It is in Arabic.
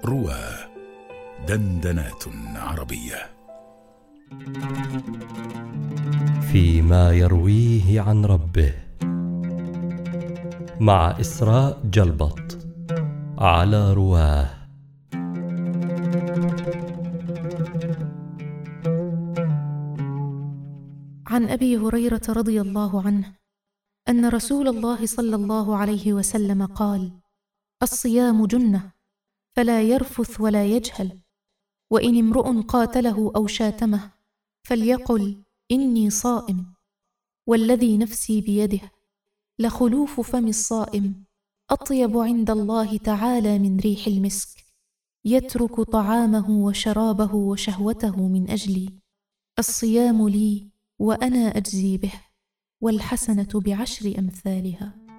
روى دندنات عربية فيما يرويه عن ربه، مع إسراء جلبط على رواه. عن أبي هريرة رضي الله عنه أن رسول الله صلى الله عليه وسلم قال: الصيام جنة، فلا يرفث ولا يجهل، وإن امرؤ قاتله أو شاتمه فليقل إني صائم، والذي نفسي بيده لخلوف فم الصائم أطيب عند الله تعالى من ريح المسك، يترك طعامه وشرابه وشهوته من أجلي. الصيام لي وأنا أجزي به، والحسنة بعشر أمثالها.